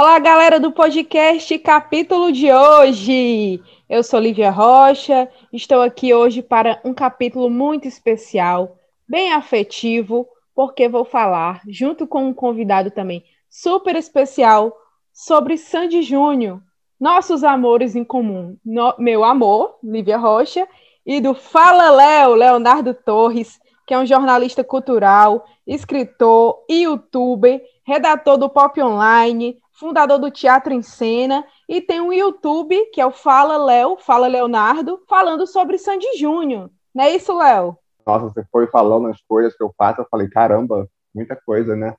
Olá, galera do podcast capítulo de hoje. Eu sou Lívia Rocha, estou aqui hoje para um capítulo muito especial, bem afetivo, porque vou falar, junto com um convidado também super especial, sobre Sandy Júnior, nossos amores em comum. Meu amor, Lívia Rocha, e do Fala Léo, Leonardo Torres, que é um jornalista cultural, escritor, youtuber, redator do Pop Online, fundador do Teatro em Cena, e tem um YouTube, que é o Fala Léo, Fala Leonardo, falando sobre Sandy Júnior. Não é isso, Léo? Nossa, você foi falando as coisas que eu faço, eu falei, caramba, muita coisa, né?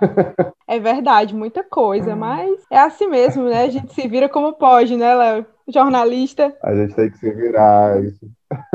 É verdade, muita coisa, mas é assim mesmo, né? A gente se vira como pode, né, Léo? Jornalista. A gente tem que se virar. Isso.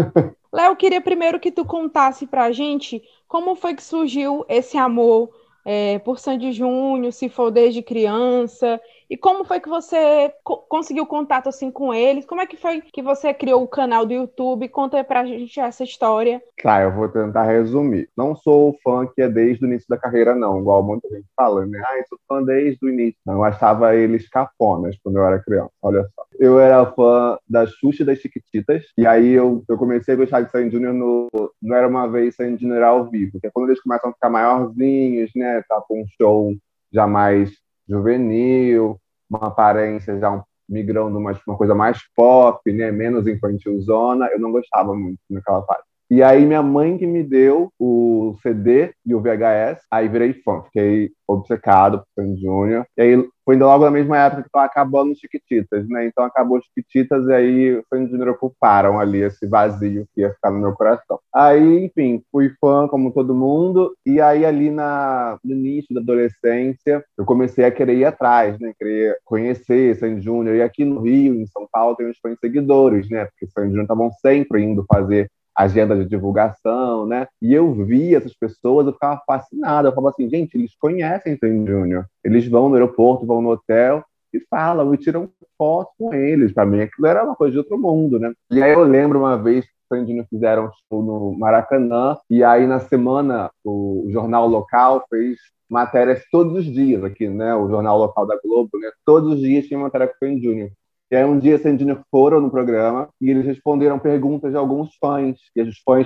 Léo, queria primeiro que tu contasse pra gente como foi que surgiu esse amor por Sandy Júnior, se for desde criança, e como foi que você conseguiu contato assim com eles? Como é que foi que você criou o canal do YouTube? Conta pra gente essa história. Tá, eu vou tentar resumir. Não sou fã que é desde o início da carreira, não, igual muita gente fala, né? Ah, eu sou fã desde o início. Não, eu achava eles cafonas quando eu era criança, olha só. Eu era fã da Xuxa e das Chiquititas, e aí eu comecei a gostar de Sandy Júnior no Era Uma Vez Sandy Júnior ao vivo, que é quando eles começam a ficar maiorzinhos, né? Tá com um show já mais juvenil, uma aparência já migrando uma coisa mais pop, né? Menos infantilzona. Eu não gostava muito naquela fase. E aí minha mãe que me deu o CD e o VHS, aí virei fã, fiquei obcecado por Sandy Júnior. E aí foi ainda logo na mesma época que estava acabando os Chiquititas, né? Então acabou os Chiquititas e aí o Sandy Júnior ocuparam ali esse vazio que ia ficar no meu coração. Aí, enfim, fui fã como todo mundo, e aí ali no início da adolescência, eu comecei a querer ir atrás, né? Querer conhecer Sandy Júnior. E aqui no Rio, em São Paulo, tem os fãs seguidores, né? Porque Sandy Júnior estavam sempre indo fazer agenda de divulgação, né? E eu via essas pessoas, eu ficava fascinado. Eu falava assim, gente, eles conhecem Sandy Júnior. Eles vão no aeroporto, vão no hotel e falam, e tiram foto com eles. Para mim, aquilo era uma coisa de outro mundo, né? E aí eu lembro uma vez que o Sandy Júnior fizeram um show no Maracanã, e aí na semana o jornal local fez matérias todos os dias aqui, né? O jornal local da Globo, né? Todos os dias tinha matéria com o Sandy Júnior. E aí um dia Sandy Júnior foram no programa e eles responderam perguntas de alguns fãs. E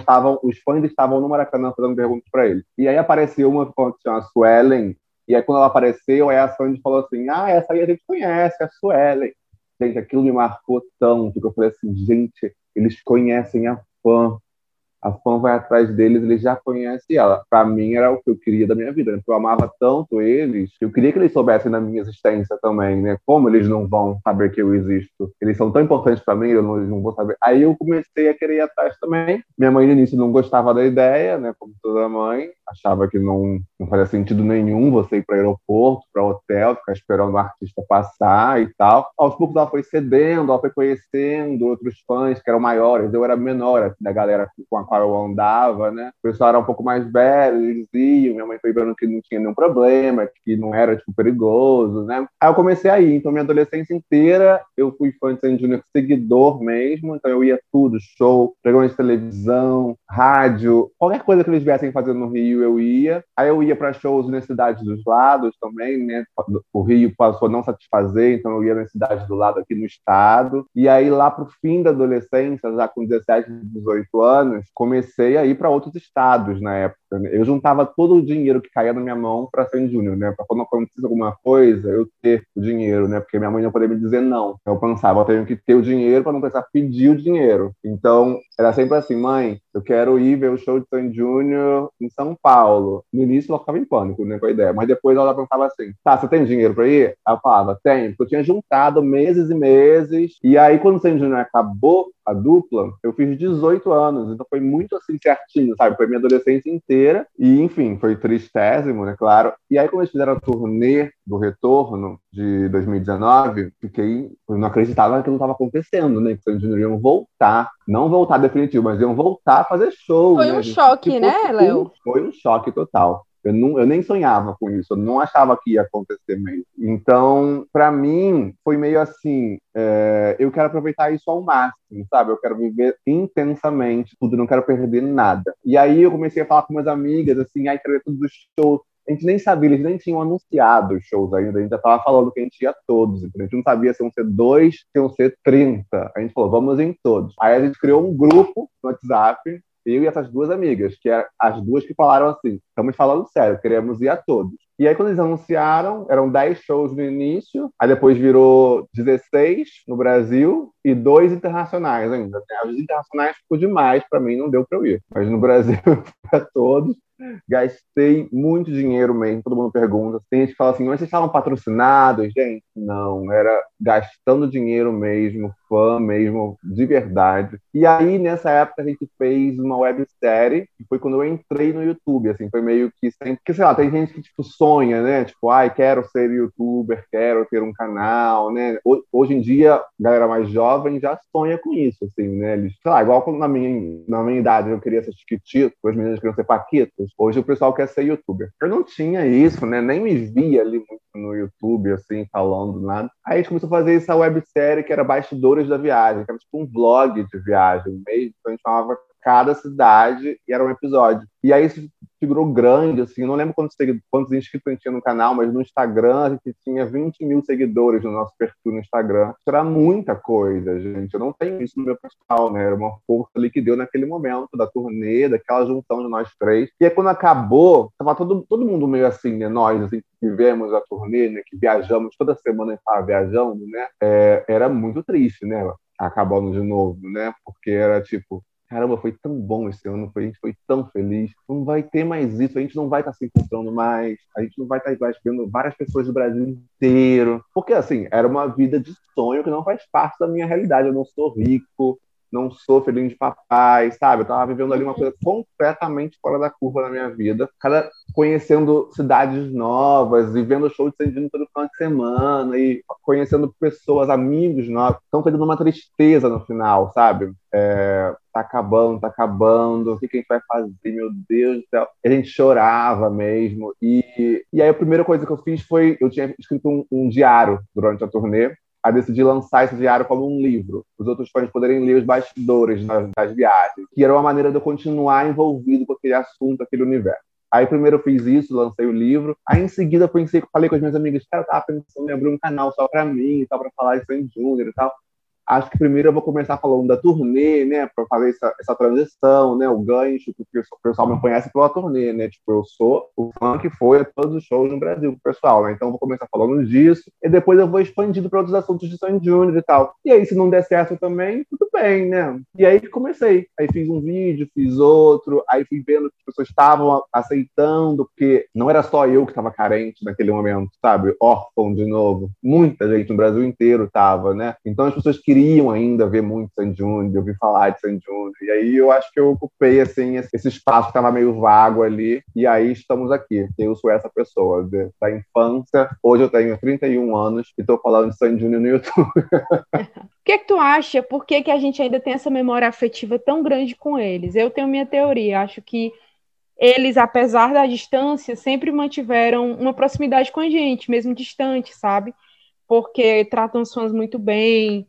os fãs estavam no Maracanã fazendo perguntas para eles. E aí apareceu uma fã que se chama Suelen. E aí quando ela apareceu, aí a Sandy falou assim: "Ah, essa aí a gente conhece, a Suelen". Gente, aquilo me marcou tanto que eu falei assim: "Gente, eles conhecem a fã. A fã vai atrás deles, eles já conhecem ela". Para mim era o que eu queria da minha vida, né? Porque eu amava tanto eles, que eu queria que eles soubessem da minha existência também, né? Como eles não vão saber que eu existo? Eles são tão importantes para mim, eles não vão saber. Aí eu comecei a querer ir atrás também. Minha mãe no início não gostava da ideia, né? Como toda mãe, achava que não fazia sentido nenhum você ir para aeroporto, para hotel, ficar esperando o artista passar e tal. Aos poucos ela foi cedendo, ela foi conhecendo outros fãs que eram maiores. Eu era menor assim, da galera com a qual eu andava, né? O pessoal era um pouco mais velho, eles iam, minha mãe foi vendo que não tinha nenhum problema, que não era, tipo, perigoso, né? Aí eu comecei a ir, então minha adolescência inteira eu fui fã de Sandy Júnior, seguidor mesmo, então eu ia tudo, show, programa de televisão, rádio, qualquer coisa que eles viessem fazendo no Rio eu ia. Aí eu ia para shows nas cidades dos lados também, né? O Rio passou a não satisfazer, então eu ia nas cidades do lado aqui no estado. E aí lá pro fim da adolescência, já com 17, 18 anos, comecei a ir para outros estados na época. Eu juntava todo o dinheiro que caía na minha mão para Sandy Júnior, né? Para quando acontecesse alguma coisa, eu ter o dinheiro, né? Porque minha mãe não poderia me dizer não. Eu pensava, eu tenho que ter o dinheiro para não precisar pedir o dinheiro. Então, era sempre assim, mãe, eu quero ir ver o show de Sandy Júnior em São Paulo. No início, ela ficava em pânico, né, com a ideia. Mas depois ela pensava assim, tá, você tem dinheiro para ir? Aí eu falava, tenho. Porque eu tinha juntado meses e meses. E aí, quando o Sandy Júnior acabou a dupla, eu fiz 18 anos. Então foi muito assim certinho, sabe? Foi minha adolescência inteira. E, enfim, foi tristésimo, né, claro. E aí, quando eles fizeram a turnê do retorno de 2019, eu não acreditava que aquilo estava acontecendo, né? Que os Sandy Júnior iam voltar, não voltar definitivo, mas iam voltar a fazer show, Foi né, um gente? choque, né, Léo? Foi um choque total. Eu nem sonhava com isso, eu não achava que ia acontecer mesmo. Então, para mim, foi meio assim: eu quero aproveitar isso ao máximo, sabe? Eu quero viver intensamente tudo, não quero perder nada. E aí eu comecei a falar com umas amigas, assim, ai, quero ver todos os shows. A gente nem sabia, eles nem tinham anunciado os shows ainda, a gente já tava falando que a gente ia a todos, entendeu? A gente não sabia se iam ser 2, se iam ser 30. A gente falou, vamos em todos. Aí a gente criou um grupo no WhatsApp, eu e essas 2 amigas, que eram as 2 que falaram assim, estamos falando sério, queremos ir a todos. E aí, quando eles anunciaram, eram 10 shows no início, aí depois virou 16 no Brasil e 2 internacionais ainda. Os internacionais ficou demais para mim, não deu para eu ir. Mas no Brasil, para todos, gastei muito dinheiro mesmo. Todo mundo pergunta. Tem gente que fala assim, mas vocês estavam patrocinados? Gente, não. Era gastando dinheiro mesmo, fã mesmo, de verdade. E aí, nessa época, a gente fez uma websérie, que foi quando eu entrei no YouTube, assim, foi meio que sempre... Porque, sei lá, tem gente que, tipo, sonha, né? Tipo, ai, quero ser youtuber, quero ter um canal, né? Hoje em dia, a galera mais jovem já sonha com isso, assim, né? Eles, sei lá, igual quando na minha idade eu queria ser chiquitito, as meninas queriam ser paquitas, hoje o pessoal quer ser youtuber. Eu não tinha isso, né? Nem me via ali muito no YouTube, assim, falando nada. Aí a gente começou a fazer essa websérie que era Bastidores da Viagem, que era tipo um vlog de viagem mesmo, então a gente falava cada cidade e era um episódio. E aí isso figurou grande, assim, eu não lembro quantos inscritos a gente tinha no canal, mas no Instagram a gente tinha 20 mil seguidores no nosso perfil no Instagram. Isso era muita coisa, gente. Eu não tenho isso no meu pessoal, né? Era uma força ali que deu naquele momento da turnê, daquela junção de nós 3. E aí quando acabou, tava todo mundo meio assim, né? Nós, assim, que vivemos a turnê, né? Que viajamos toda semana e estava viajando, né? Era muito triste, né? Acabando de novo, né? Porque era tipo, caramba, foi tão bom esse ano, a gente foi tão feliz. Não vai ter mais isso, a gente não vai estar se encontrando mais, a gente não vai estar vendo várias pessoas do Brasil inteiro. Porque, assim, era uma vida de sonho que não faz parte da minha realidade. Eu não sou rico, não sou filhinho de papai, sabe? Eu tava vivendo ali uma coisa completamente fora da curva na minha vida. Conhecendo cidades novas e vendo show de Sandy Júnior todo final de semana e conhecendo pessoas, amigos novos. Então foi dando uma tristeza no final, sabe? Tá acabando, o que a gente vai fazer, meu Deus do céu. E a gente chorava mesmo. E aí a primeira coisa que eu fiz foi, eu tinha escrito um diário durante a turnê, a decidir lançar esse diário como um livro, os outros fãs poderem ler os bastidores das viagens, que era uma maneira de eu continuar envolvido com aquele assunto, aquele universo. Aí primeiro eu fiz isso, lancei o livro, aí em seguida falei com as minhas amigas, cara, eu tava pensando em abrir um canal só pra mim, só pra falar de Sandy Júnior e tal. Acho que primeiro eu vou começar falando da turnê, né, para fazer essa transição, né, o gancho, porque o pessoal me conhece pela turnê, né, tipo, eu sou o fã que foi a todos os shows no Brasil, o pessoal, né, então eu vou começar falando disso, e depois eu vou expandindo para outros assuntos de Sandy Júnior e tal. E aí, se não der certo também, tudo bem, né. E aí comecei, aí fiz um vídeo, fiz outro, aí fui vendo que as pessoas estavam aceitando, porque não era só eu que estava carente naquele momento, sabe, órfão de novo, muita gente no Brasil inteiro estava, né, então as pessoas queriam ainda ver muito Sandy Júnior, ouvir falar de Sandy Júnior. E aí eu acho que eu ocupei assim, esse espaço que estava meio vago ali. E aí estamos aqui. Eu sou essa pessoa da infância. Hoje eu tenho 31 anos e estou falando de Sandy Júnior no YouTube. O que tu acha? Por que a gente ainda tem essa memória afetiva tão grande com eles? Eu tenho minha teoria. Acho que eles, apesar da distância, sempre mantiveram uma proximidade com a gente, mesmo distante, sabe? Porque tratam os fãs muito bem,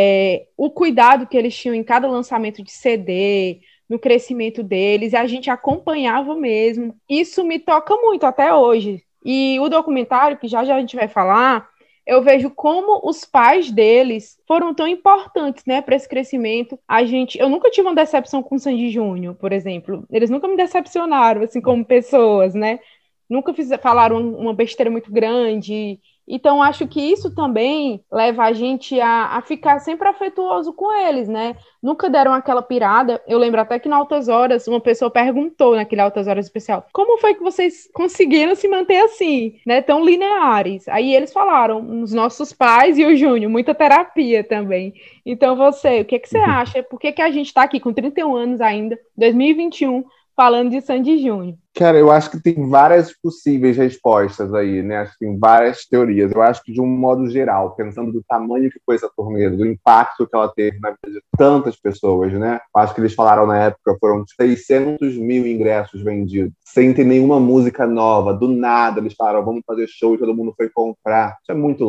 o cuidado que eles tinham em cada lançamento de CD, no crescimento deles, a gente acompanhava mesmo. Isso me toca muito até hoje. E o documentário, que já a gente vai falar, eu vejo como os pais deles foram tão importantes, né, para esse crescimento. Eu nunca tive uma decepção com o Sandy Júnior, por exemplo. Eles nunca me decepcionaram, assim, como pessoas, né? Nunca falaram uma besteira muito grande. Então, acho que isso também leva a gente a ficar sempre afetuoso com eles, né? Nunca deram aquela pirada. Eu lembro até que na Altas Horas, uma pessoa perguntou naquele Altas Horas especial, como foi que vocês conseguiram se manter assim, né? Tão lineares. Aí eles falaram, os nossos pais e o Júnior, muita terapia também. Então, o que você acha? Por que a gente está aqui com 31 anos ainda, 2021, falando de Sandy Júnior? Cara, eu acho que tem várias possíveis respostas aí, né? Acho que tem várias teorias. Eu acho que, de um modo geral, pensando do tamanho que foi essa turnê, do impacto que ela teve na vida de tantas pessoas, né? Acho que eles falaram na época, foram 600 mil ingressos vendidos, sem ter nenhuma música nova. Do nada, eles falaram, vamos fazer show e todo mundo foi comprar. Isso é muito louco.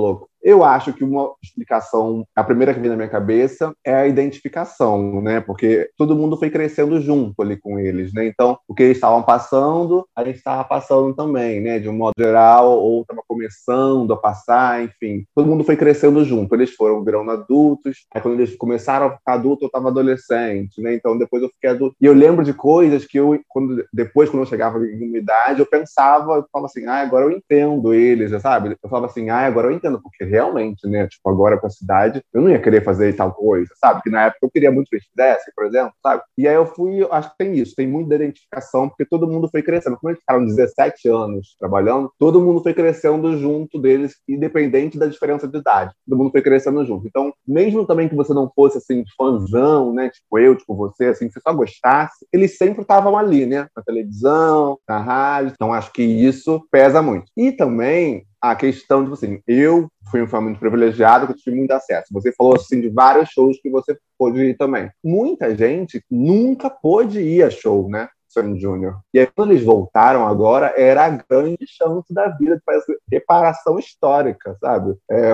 Eu acho que uma explicação, a primeira que vem na minha cabeça, é a identificação, né? Porque todo mundo foi crescendo junto ali com eles, né? Então, o que eles estavam passando, a gente estava passando também, né? De um modo geral, ou estava começando a passar, enfim. Todo mundo foi crescendo junto. Eles foram virando adultos. Aí, quando eles começaram a ficar adultos, eu estava adolescente, né? Então, depois eu fiquei adulto. E eu lembro de coisas que depois, quando eu chegava em uma idade, eu falava assim, agora eu entendo eles, sabe? Eu falava assim, agora eu entendo, porque realmente, né? Tipo, agora com a cidade, eu não ia querer fazer tal coisa, sabe? Que na época eu queria muito que eles fizessem, por exemplo, sabe? E aí acho que tem isso, tem muita identificação, porque todo mundo foi crescendo. Como eles ficaram 17 anos trabalhando, todo mundo foi crescendo junto deles, independente da diferença de idade. Todo mundo foi crescendo junto. Então, mesmo também que você não fosse, assim, fãzão, né? Tipo eu, tipo você, assim, que você só gostasse, eles sempre estavam ali, né? Na televisão, na rádio. Então, acho que isso pesa muito. E também a questão de, assim, eu fui um fã muito privilegiado, que eu tive muito acesso. Você falou, assim, de vários shows que você pôde ir também. Muita gente nunca pôde ir a show, né? Sandy Júnior. E aí, quando eles voltaram agora, era a grande chance da vida de fazer reparação histórica, sabe?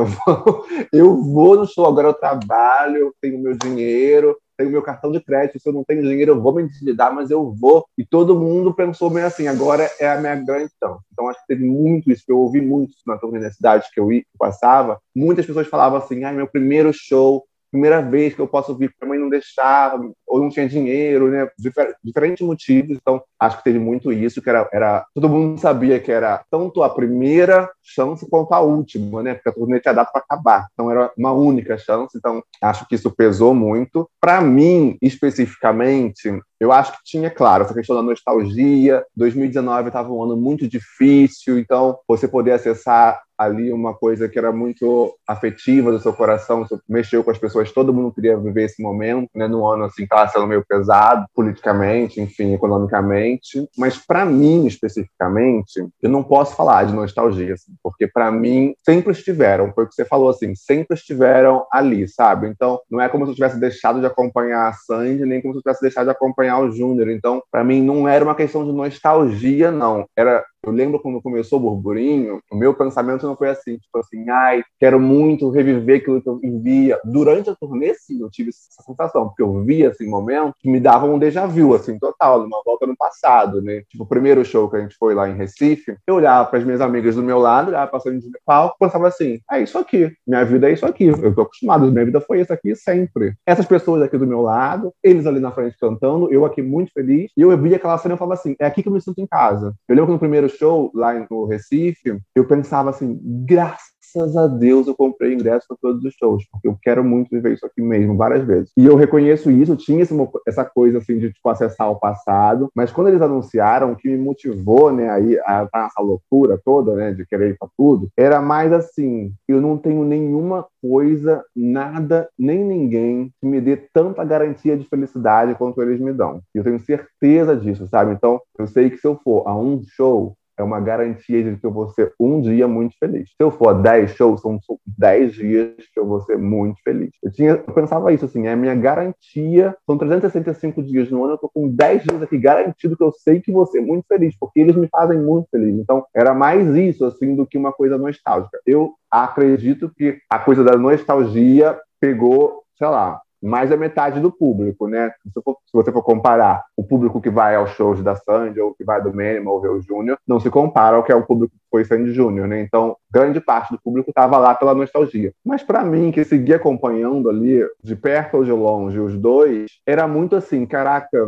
Eu vou no show, agora eu trabalho, eu tenho meu dinheiro, tenho meu cartão de crédito, se eu não tenho dinheiro, eu vou me endividar, mas eu vou. E todo mundo pensou meio assim, agora é a minha grande chance. Então, acho que teve muito isso, que eu ouvi muito isso na turnê da cidade que eu passava. Muitas pessoas falavam assim, meu primeiro show, primeira vez que eu posso vir, porque a mãe não deixava, ou não tinha dinheiro, né? Diferentes motivos. Então, acho que teve muito isso, que era todo mundo sabia que era tanto a primeira chance quanto a última, né? Porque a turnê tinha data para acabar. Então, era uma única chance. Então, acho que isso pesou muito. Para mim, especificamente, eu acho que tinha, claro, essa questão da nostalgia. 2019 estava um ano muito difícil, então você poder acessar ali uma coisa que era muito afetiva do seu coração, você mexeu com as pessoas, todo mundo queria viver esse momento, né, num ano assim, que estava sendo meio pesado, politicamente, enfim, economicamente, mas para mim, especificamente, eu não posso falar de nostalgia, assim, porque para mim, sempre estiveram, foi o que você falou, assim, sempre estiveram ali, sabe? Então, não é como se eu tivesse deixado de acompanhar a Sandy, nem como se eu tivesse deixado de acompanhar o Júnior, então, para mim, não era uma questão de nostalgia, não, eu lembro quando começou o burburinho, o meu pensamento não foi assim, tipo assim, quero muito reviver aquilo que eu vivia. Durante a turnê, sim, eu tive essa sensação, porque eu via, assim, momentos que me davam um déjà vu, assim, total, uma volta no passado, né? Tipo, o primeiro show que a gente foi lá em Recife, eu olhava para as minhas amigas do meu lado, olhava passando de palco, pensava assim, é isso aqui, minha vida é isso aqui, eu tô acostumado, minha vida foi isso aqui sempre. Essas pessoas aqui do meu lado, eles ali na frente cantando, eu aqui muito feliz, e eu via aquela cena e falava assim, é aqui que eu me sinto em casa. Eu lembro que no primeiro show, lá no Recife, eu pensava assim, graças a Deus eu comprei ingresso para todos os shows, porque eu quero muito viver isso aqui mesmo, várias vezes. E eu reconheço isso, eu tinha essa coisa assim de tipo, acessar o passado, mas quando eles anunciaram, o que me motivou, né, aí a essa loucura toda, né, de querer ir para tudo, era mais assim, eu não tenho nenhuma coisa, nada, nem ninguém que me dê tanta garantia de felicidade quanto eles me dão. E eu tenho certeza disso, sabe? Então, eu sei que se eu for a um show, é uma garantia de que eu vou ser um dia muito feliz. Se eu for a 10 shows, são 10 dias que eu vou ser muito feliz. Eu pensava isso, assim, é a minha garantia. São 365 dias no ano, eu tô com 10 dias aqui garantido que eu sei que vou ser muito feliz, porque eles me fazem muito feliz. Então, era mais isso, assim, do que uma coisa nostálgica. Eu acredito que a coisa da nostalgia pegou, sei lá, mais da metade do público, né? Se você for comparar o público que vai aos shows da Sandy ou que vai do Minimal ou ver o Júnior, não se compara ao que é o público que foi Sandy Júnior, né? Então, grande parte do público estava lá pela nostalgia. Mas para mim, que seguia acompanhando ali, de perto ou de longe, os dois, era muito assim, caraca,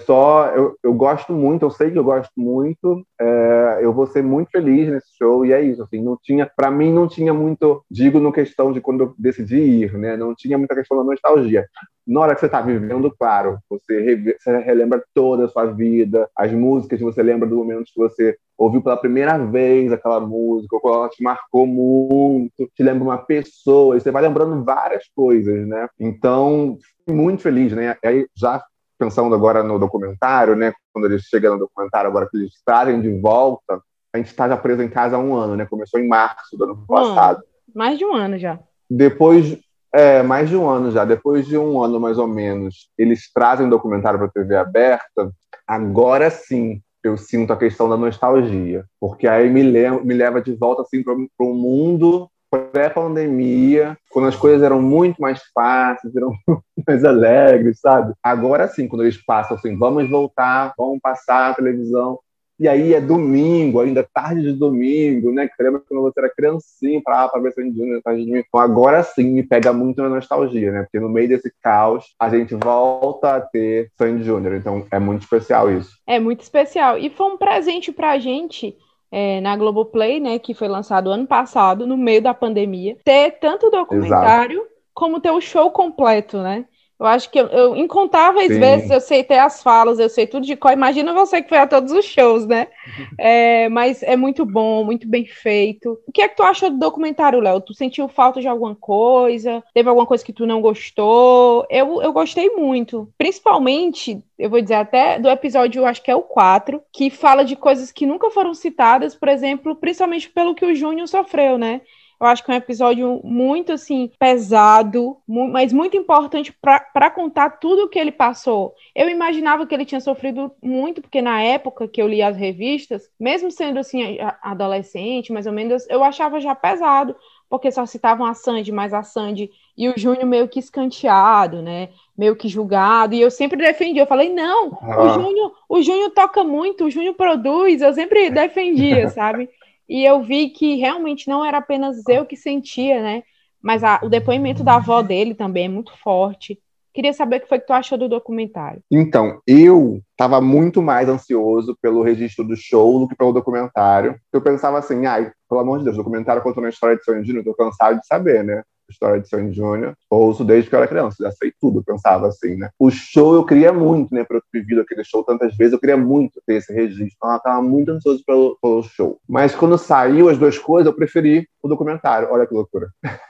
eu gosto muito, eu sei que eu gosto muito, eu vou ser muito feliz nesse show, e é isso, assim, para mim não tinha muito, digo no questão de quando eu decidi ir, né? Não tinha muita questão da nostalgia. Na hora que você está vivendo, claro, você relembra toda a sua vida, as músicas, você lembra do momento que você ouviu pela primeira vez aquela música, ou ela te marcou muito, te lembra uma pessoa, e você vai lembrando várias coisas, né? Então, muito feliz, né? Aí, já pensando agora no documentário, né? Quando eles chegam no documentário, agora que eles trazem de volta, a gente está já preso em casa há um ano, né? Começou em março do ano passado. Mais de um ano já. Depois, mais de um ano já, depois de um ano mais ou menos, eles trazem documentário para a TV aberta, agora sim eu sinto a questão da nostalgia, porque aí me leva de volta assim, para um mundo pré-pandemia, quando as coisas eram muito mais fáceis, eram muito mais alegres, sabe? Agora sim, quando eles passam assim, vamos voltar, vamos passar a televisão. E aí é domingo, ainda tarde de domingo, né? Que lembra quando você era criancinha para ver Sandy Júnior, tarde de domingo. Então agora sim me pega muito na nostalgia, né? Porque no meio desse caos a gente volta a ter Sandy Júnior. Então é muito especial isso. É muito especial. E foi um presente pra gente, na Globoplay, né? Que foi lançado ano passado, no meio da pandemia, ter tanto o Exato. documentário como ter o show completo, né? Eu acho que eu incontáveis vezes Sim. eu sei ter as falas, eu sei tudo de cor. Imagina você que foi a todos os shows, né? Mas é muito bom, muito bem feito. O que é que tu achou do documentário, Léo? Tu sentiu falta de alguma coisa? Teve alguma coisa que tu não gostou? Eu gostei muito. Principalmente, eu vou dizer até do episódio, acho que é o 4, que fala de coisas que nunca foram citadas, por exemplo, principalmente pelo que o Júnior sofreu, né? Eu acho que é um episódio muito, assim, pesado, mas muito importante para contar tudo o que ele passou. Eu imaginava que ele tinha sofrido muito, porque na época que eu li as revistas, mesmo sendo, assim, adolescente, mais ou menos, eu achava já pesado, porque só citavam a Sandy, mas a Sandy e o Júnior meio que escanteado, né? Meio que julgado, e eu sempre defendi, eu falei, não, Ah. O Júnior toca muito, o Júnior produz, eu sempre defendia, sabe? E eu vi que realmente não era apenas eu que sentia, né? Mas o depoimento da avó dele também é muito forte. Queria saber o que foi que tu achou do documentário. Então, eu estava muito mais ansioso pelo registro do show do que pelo documentário. Eu pensava assim, ai, pelo amor de Deus, o documentário contando a história de Sandy Júnior, eu tô cansado de saber, né? A história de Sandy Júnior. Ouço desde que eu era criança, já sei tudo, eu pensava assim, né? O show eu queria muito, né? Por eu ter vivido aquele show tantas vezes, eu queria muito ter esse registro. Então, eu estava muito ansioso pelo show. Mas quando saiu as duas coisas, eu preferi o documentário. Olha que loucura.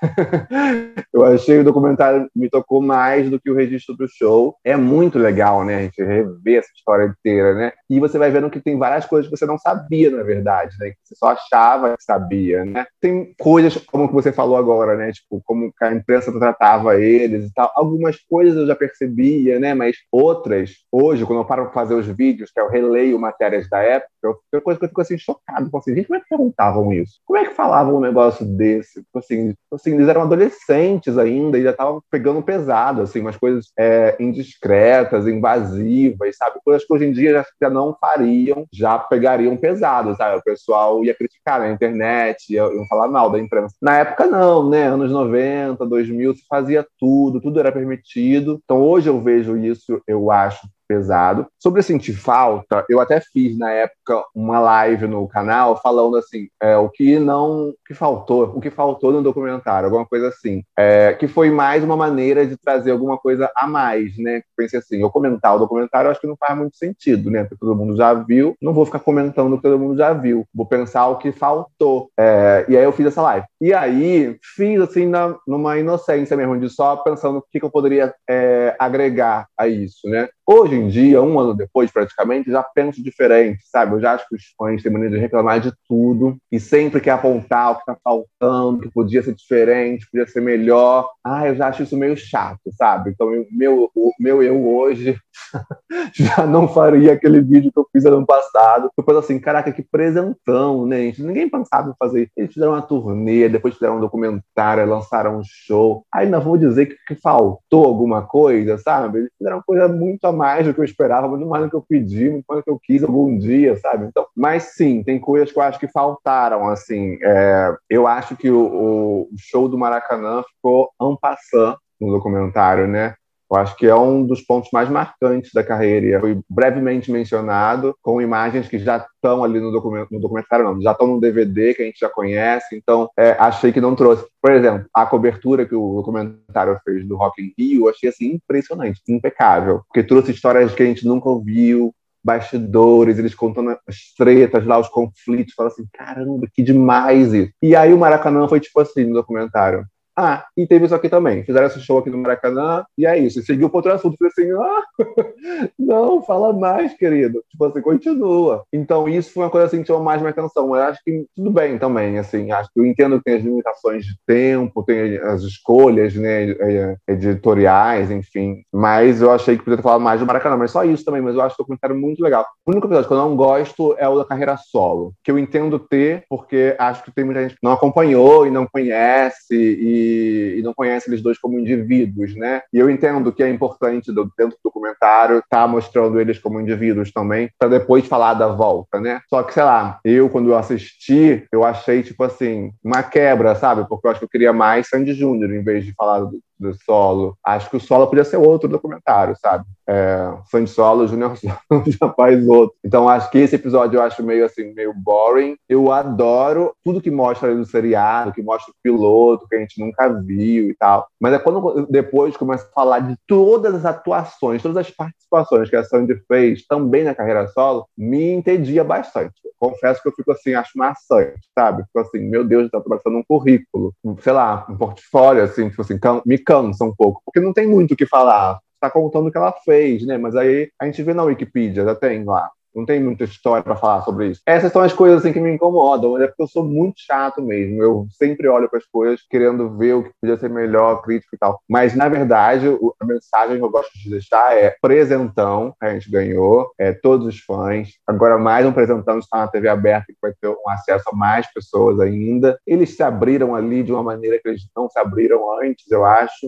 Eu achei o documentário me tocou mais do que o registro do show. É muito legal, né? A gente rever essa história inteira, né? E você vai vendo que tem várias coisas que você não sabia, na verdade, né? Que você só achava que sabia, né? Tem coisas, como que você falou agora, né? Tipo, como a imprensa tratava eles e tal. Algumas coisas eu já percebia, né? Mas outras, hoje, quando eu paro para fazer os vídeos, que eu releio matérias da época, tem coisa que eu fico assim, chocado. Tipo assim, gente, como é que perguntavam isso? Como é que falavam um negócio desse? Tipo assim, eles eram adolescentes ainda e já estavam pegando pesado, assim, umas coisas indiscretas, invasivas, sabe? Coisas que hoje em dia já não fariam, já pegariam pesado, sabe? O pessoal ia criticar na internet, iam falar mal da imprensa. Na época não, né? Anos 90, 2000, se fazia tudo era permitido. Então hoje eu vejo isso, eu acho pesado. Sobre sentir falta, eu até fiz na época uma live no canal falando assim, o que faltou no documentário, alguma coisa assim, que foi mais uma maneira de trazer alguma coisa a mais, né? Pensei assim, eu comentar o documentário, eu acho que não faz muito sentido, né? Porque todo mundo já viu, não vou ficar comentando o que todo mundo já viu, vou pensar o que faltou. E aí eu fiz essa live. E aí fiz assim numa inocência mesmo, de só pensando o que eu poderia agregar a isso, né? Hoje em dia, um ano depois, praticamente, já penso diferente, sabe? Eu já acho que os fãs têm maneira de reclamar de tudo e sempre quer apontar o que tá faltando, que podia ser diferente, podia ser melhor. Eu já acho isso meio chato, sabe? Então, o meu eu hoje já não faria aquele vídeo que eu fiz ano passado. Eu penso assim, caraca, que presentão, né, gente? Ninguém pensava em fazer. Eles fizeram uma turnê, depois fizeram um documentário, lançaram um show. Aí não vou dizer que faltou alguma coisa, sabe? Eles fizeram uma coisa muito a mais do que eu esperava, muito mais do que eu pedi, muito mais do que eu quis algum dia, sabe? Então, mas sim, tem coisas que eu acho que faltaram, assim. Eu acho que o show do Maracanã ficou en passant no documentário, né? Eu acho que é um dos pontos mais marcantes da carreira. Foi brevemente mencionado, com imagens que já estão ali no documentário, não, já estão no DVD que a gente já conhece, então achei que não trouxe. Por exemplo, a cobertura que o documentário fez do Rock in Rio, eu achei assim impressionante, impecável, porque trouxe histórias que a gente nunca ouviu, bastidores, eles contando as tretas lá, os conflitos, fala assim, caramba, que demais isso. E aí o Maracanã foi tipo assim, no documentário, E teve isso aqui também. Fizeram esse show aqui no Maracanã, e é isso. E seguiu para outro assunto. Falei assim, não, fala mais, querido. Tipo assim, continua. Então, isso foi uma coisa assim que chamou mais minha atenção. Eu acho que tudo bem também, assim. Acho que eu entendo que tem as limitações de tempo, tem as escolhas, né, editoriais, enfim. Mas eu achei que podia ter falado mais do Maracanã. Mas só isso também. Mas eu acho que o documentário muito legal. O único episódio que eu não gosto é o da carreira solo, que eu entendo ter, porque acho que tem muita gente que não acompanhou e não conhece, e não conhece eles dois como indivíduos, né? E eu entendo que é importante, dentro do documentário, estar mostrando eles como indivíduos também, para depois falar da volta, né? Só que, sei lá, quando eu assisti, eu achei, tipo assim, uma quebra, sabe? Porque eu acho que eu queria mais Sandy Júnior, em vez de falar do solo. Acho que o solo podia ser outro documentário, sabe? Sandy Solo, Júnior Solo já faz outro. Então acho que esse episódio eu acho meio assim, meio boring. Eu adoro tudo que mostra ali do seriado, que mostra o piloto, que a gente nunca viu e tal. Mas é quando depois começa a falar de todas as atuações, todas as participações que a Sandy fez também na carreira solo, me entendia bastante. Confesso que eu fico assim, acho maçante, sabe? Fico assim, meu Deus, tá passando um currículo, sei lá, um portfólio, assim, tipo assim, me cansa um pouco, porque não tem muito o que falar. Está contando o que ela fez, né? Mas aí a gente vê na Wikipedia, já tem lá. Não tem muita história para falar sobre isso. Essas são as coisas assim que me incomodam, mas é porque eu sou muito chato mesmo. Eu sempre olho para as coisas querendo ver o que podia ser melhor, crítico e tal. Mas, na verdade, a mensagem que eu gosto de deixar é presentão, a gente ganhou, todos os fãs. Agora, mais um presentão está na TV aberta, que vai ter um acesso a mais pessoas ainda. Eles se abriram ali de uma maneira que eles não se abriram antes, eu acho.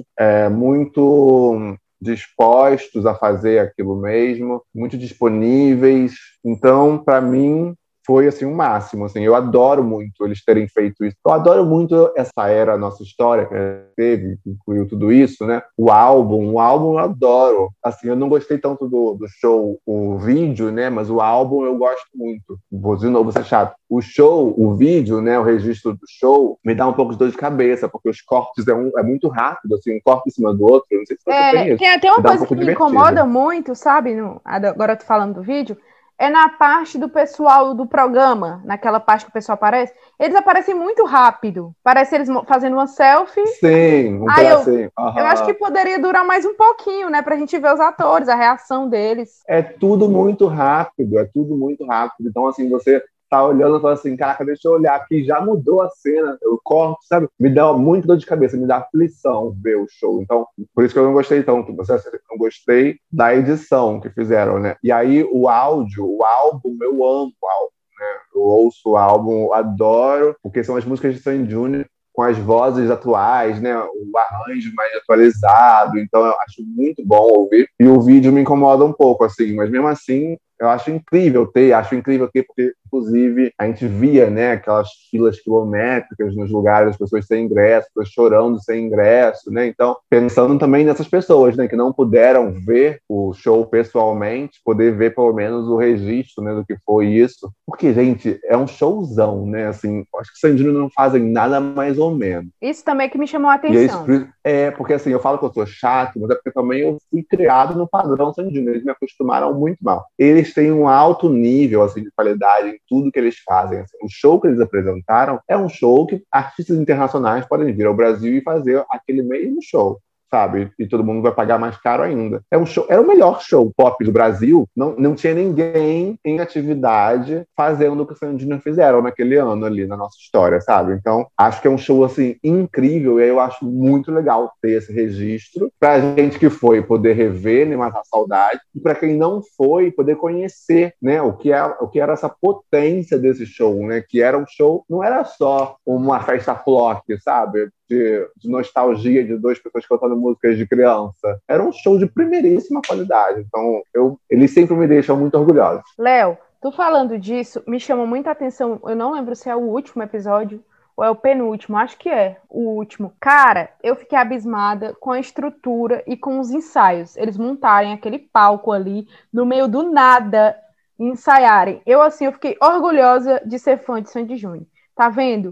Muito dispostos a fazer aquilo mesmo, muito disponíveis. Então, para mim, foi assim um máximo. Assim, eu adoro muito eles terem feito isso. Eu adoro muito essa era, nossa história que teve, que incluiu tudo isso, né? O álbum eu adoro. Assim, eu não gostei tanto do show, o vídeo, né? Mas o álbum eu gosto muito. Vou de novo ser chato. O show, o vídeo, né? O registro do show me dá um pouco de dor de cabeça, porque os cortes é muito rápido, assim, um corte em cima do outro. Eu não sei se você tem isso. Tem até uma coisa Um que me divertido. incomoda muito, sabe? Agora eu tô falando do vídeo. É na parte do pessoal do programa, naquela parte que o pessoal aparece. Eles aparecem muito rápido. Parece eles fazendo uma selfie. Sim, um pedacinho. Eu acho que poderia durar mais um pouquinho, né? Pra gente ver os atores, a reação deles. É tudo muito rápido, é tudo muito rápido. Então, assim, você tá olhando e fala assim, caraca, deixa eu olhar aqui, já mudou a cena, eu corto, sabe? Me dá muito dor de cabeça, me dá aflição ver o show. Então, por isso que eu não gostei tanto. Você não gostei da edição que fizeram, né? E aí, o áudio, o álbum, eu amo o álbum, né? Eu ouço o álbum, adoro, porque são as músicas de Sandy Júnior com as vozes atuais, né? O arranjo mais atualizado. Então, eu acho muito bom ouvir. E o vídeo me incomoda um pouco, assim, mas mesmo assim, eu acho incrível ter, porque, inclusive, a gente via, né, aquelas filas quilométricas nos lugares, as pessoas sem ingresso, pessoas chorando sem ingresso, né? Então, pensando também nessas pessoas, né, que não puderam ver o show pessoalmente, poder ver pelo menos o registro, né, do que foi isso. Porque, gente, é um showzão, né? Assim, acho que os Sandy Júnior não fazem nada mais ou menos. Isso também que me chamou a atenção. Porque assim, eu falo que eu sou chato, mas é porque também eu fui criado no padrão Sandy Júnior, eles me acostumaram muito mal. Eles têm um alto nível assim, de qualidade em tudo que eles fazem. Assim, o show que eles apresentaram é um show que artistas internacionais podem vir ao Brasil e fazer aquele mesmo show, sabe? E todo mundo vai pagar mais caro ainda. Era o melhor show pop do Brasil. Não tinha ninguém em atividade fazendo o que o Sandy Júnior fizeram naquele ano ali, na nossa história, sabe? Então, acho que é um show, assim, incrível, e aí eu acho muito legal ter esse registro pra gente que foi poder rever, né, matar a saudade, e pra quem não foi, poder conhecer, né, o que era essa potência desse show, né? Que era um show, não era só uma festa flock, sabe? De nostalgia de duas pessoas cantando músicas de criança. Era um show de primeiríssima qualidade. Então, eles sempre me deixam muito orgulhosos. Léo, tu falando disso, me chama muita atenção. Eu não lembro se é o último episódio ou é o penúltimo. Acho que é o último. Cara, eu fiquei abismada com a estrutura e com os ensaios. Eles montarem aquele palco ali no meio do nada e ensaiarem. Eu fiquei orgulhosa de ser fã de Sandy Júnior. Tá vendo?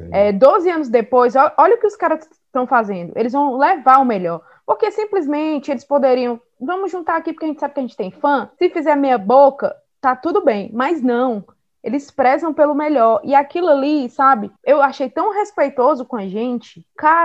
12 anos depois, olha o que os caras estão fazendo. Eles vão levar o melhor. Porque simplesmente eles poderiam... Vamos juntar aqui porque a gente sabe que a gente tem fã. Se fizer meia boca, tá tudo bem. Mas não. Eles prezam pelo melhor. E aquilo ali, sabe? Eu achei tão respeitoso com a gente. Cara,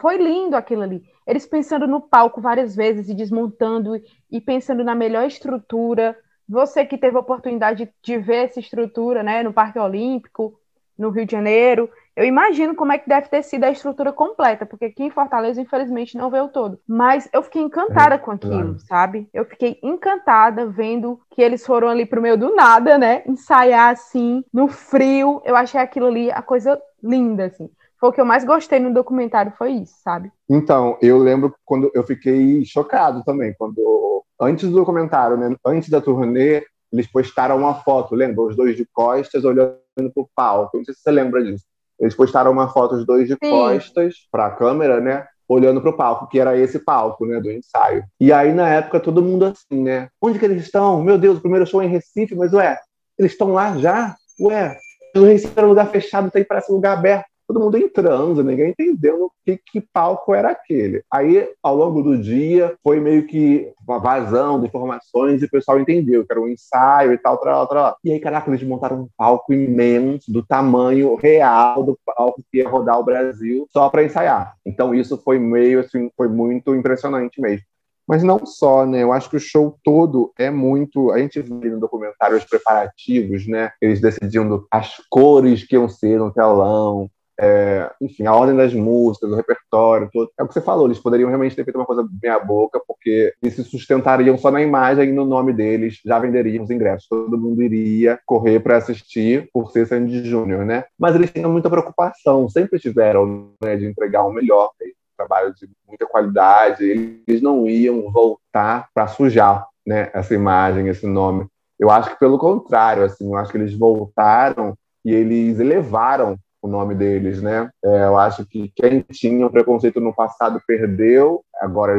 foi lindo aquilo ali. Eles pensando no palco várias vezes e desmontando e pensando na melhor estrutura. Você que teve a oportunidade de ver essa estrutura, né, no Parque Olímpico, no Rio de Janeiro, eu imagino como é que deve ter sido a estrutura completa, porque aqui em Fortaleza, infelizmente, não veio todo. Mas eu fiquei encantada com aquilo, sabe? Eu fiquei encantada vendo que eles foram ali pro meio do nada, né? Ensaiar assim, no frio. Eu achei aquilo ali a coisa linda, assim. Foi o que eu mais gostei no documentário, foi isso, sabe? Então, eu lembro quando eu fiquei chocado também, quando antes do documentário, né, antes da turnê, eles postaram uma foto, lembra? Os dois de costas olhando pro palco. Não sei se você lembra disso. Eles postaram uma foto, os dois de Sim. costas para a câmera, né? Olhando pro palco, que era esse palco, né, do ensaio. E aí, na época, todo mundo assim, né? Onde que eles estão? Meu Deus, o primeiro show é em Recife, mas ué, eles estão lá já? Ué, o Recife era um lugar fechado, tem parece um lugar aberto. Todo mundo entrando, ninguém entendendo que palco era aquele. Aí, ao longo do dia, foi meio que uma vazão de informações e o pessoal entendeu que era um ensaio e tal, tal, tal. E aí, caraca, eles montaram um palco imenso, do tamanho real do palco que ia rodar o Brasil, só para ensaiar. Então, isso foi meio assim, foi muito impressionante mesmo. Mas não só, né? Eu acho que o show todo é muito. A gente vê no documentário os preparativos, né? Eles decidindo as cores que iam ser no telão, enfim, a ordem das músicas, o repertório, todo. É o que você falou, eles poderiam realmente ter feito uma coisa meia boca, porque eles se sustentariam só na imagem e no nome deles, já venderiam os ingressos. Todo mundo iria correr para assistir por ser Sandy Júnior, né? Mas eles tinham muita preocupação, sempre tiveram, né, de entregar o melhor, trabalho de muita qualidade. Eles não iam voltar para sujar, né, essa imagem, esse nome. Eu acho que pelo contrário, assim, eu acho que eles voltaram e eles elevaram o nome deles, né? Eu acho que quem tinha um preconceito no passado perdeu, agora em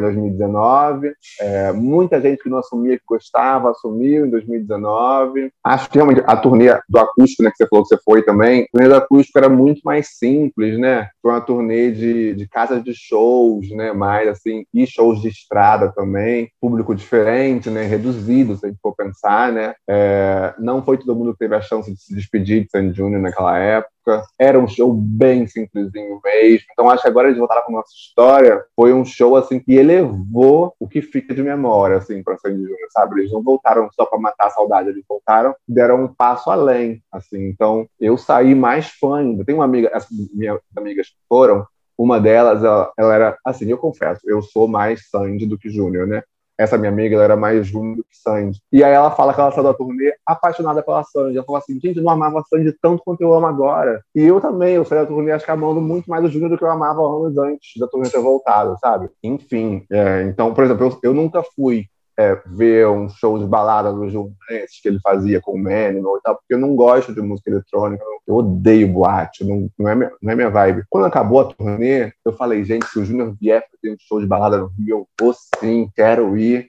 2019. Muita gente que não assumia que gostava, assumiu em 2019. Acho que realmente a turnê do acústico, né, que você falou que você foi também, a turnê do acústico era muito mais simples, né? Foi uma turnê de casas de shows, né? Mais assim, e shows de estrada também, público diferente, né? Reduzido, se a gente for pensar, né? Não foi todo mundo que teve a chance de se despedir de Sandy Júnior naquela época. Era um show bem simplesinho mesmo. Então acho que agora eles voltaram com a nossa história. Foi um show assim que elevou o que fica de memória assim para Sandy Júnior, sabe? Eles não voltaram só para matar a saudade, eles voltaram, deram um passo além, assim. Então eu saí mais fã ainda. Tem uma amiga, as minhas amigas que foram, uma delas, ela era assim, eu confesso, eu sou mais Sandy do que Júnior, né? Essa minha amiga, ela era mais Júnior do que Sandy. E aí ela fala que ela saiu da turnê apaixonada pela Sandy. Ela falou assim, gente, eu não amava a Sandy tanto quanto eu amo agora. E eu também, eu saí da turnê acho que amando muito mais o Júnior do que eu amava anos antes da turnê ter voltado, sabe? Enfim, então, por exemplo, eu nunca fui ver um show de balada do Júnior, esses que ele fazia com o Manimal e tal, porque eu não gosto de música eletrônica, eu odeio boate, não é minha vibe. Quando acabou a turnê, eu falei, gente, se o Júnior vier fazer um show de balada no Rio, eu vou sim, quero ir.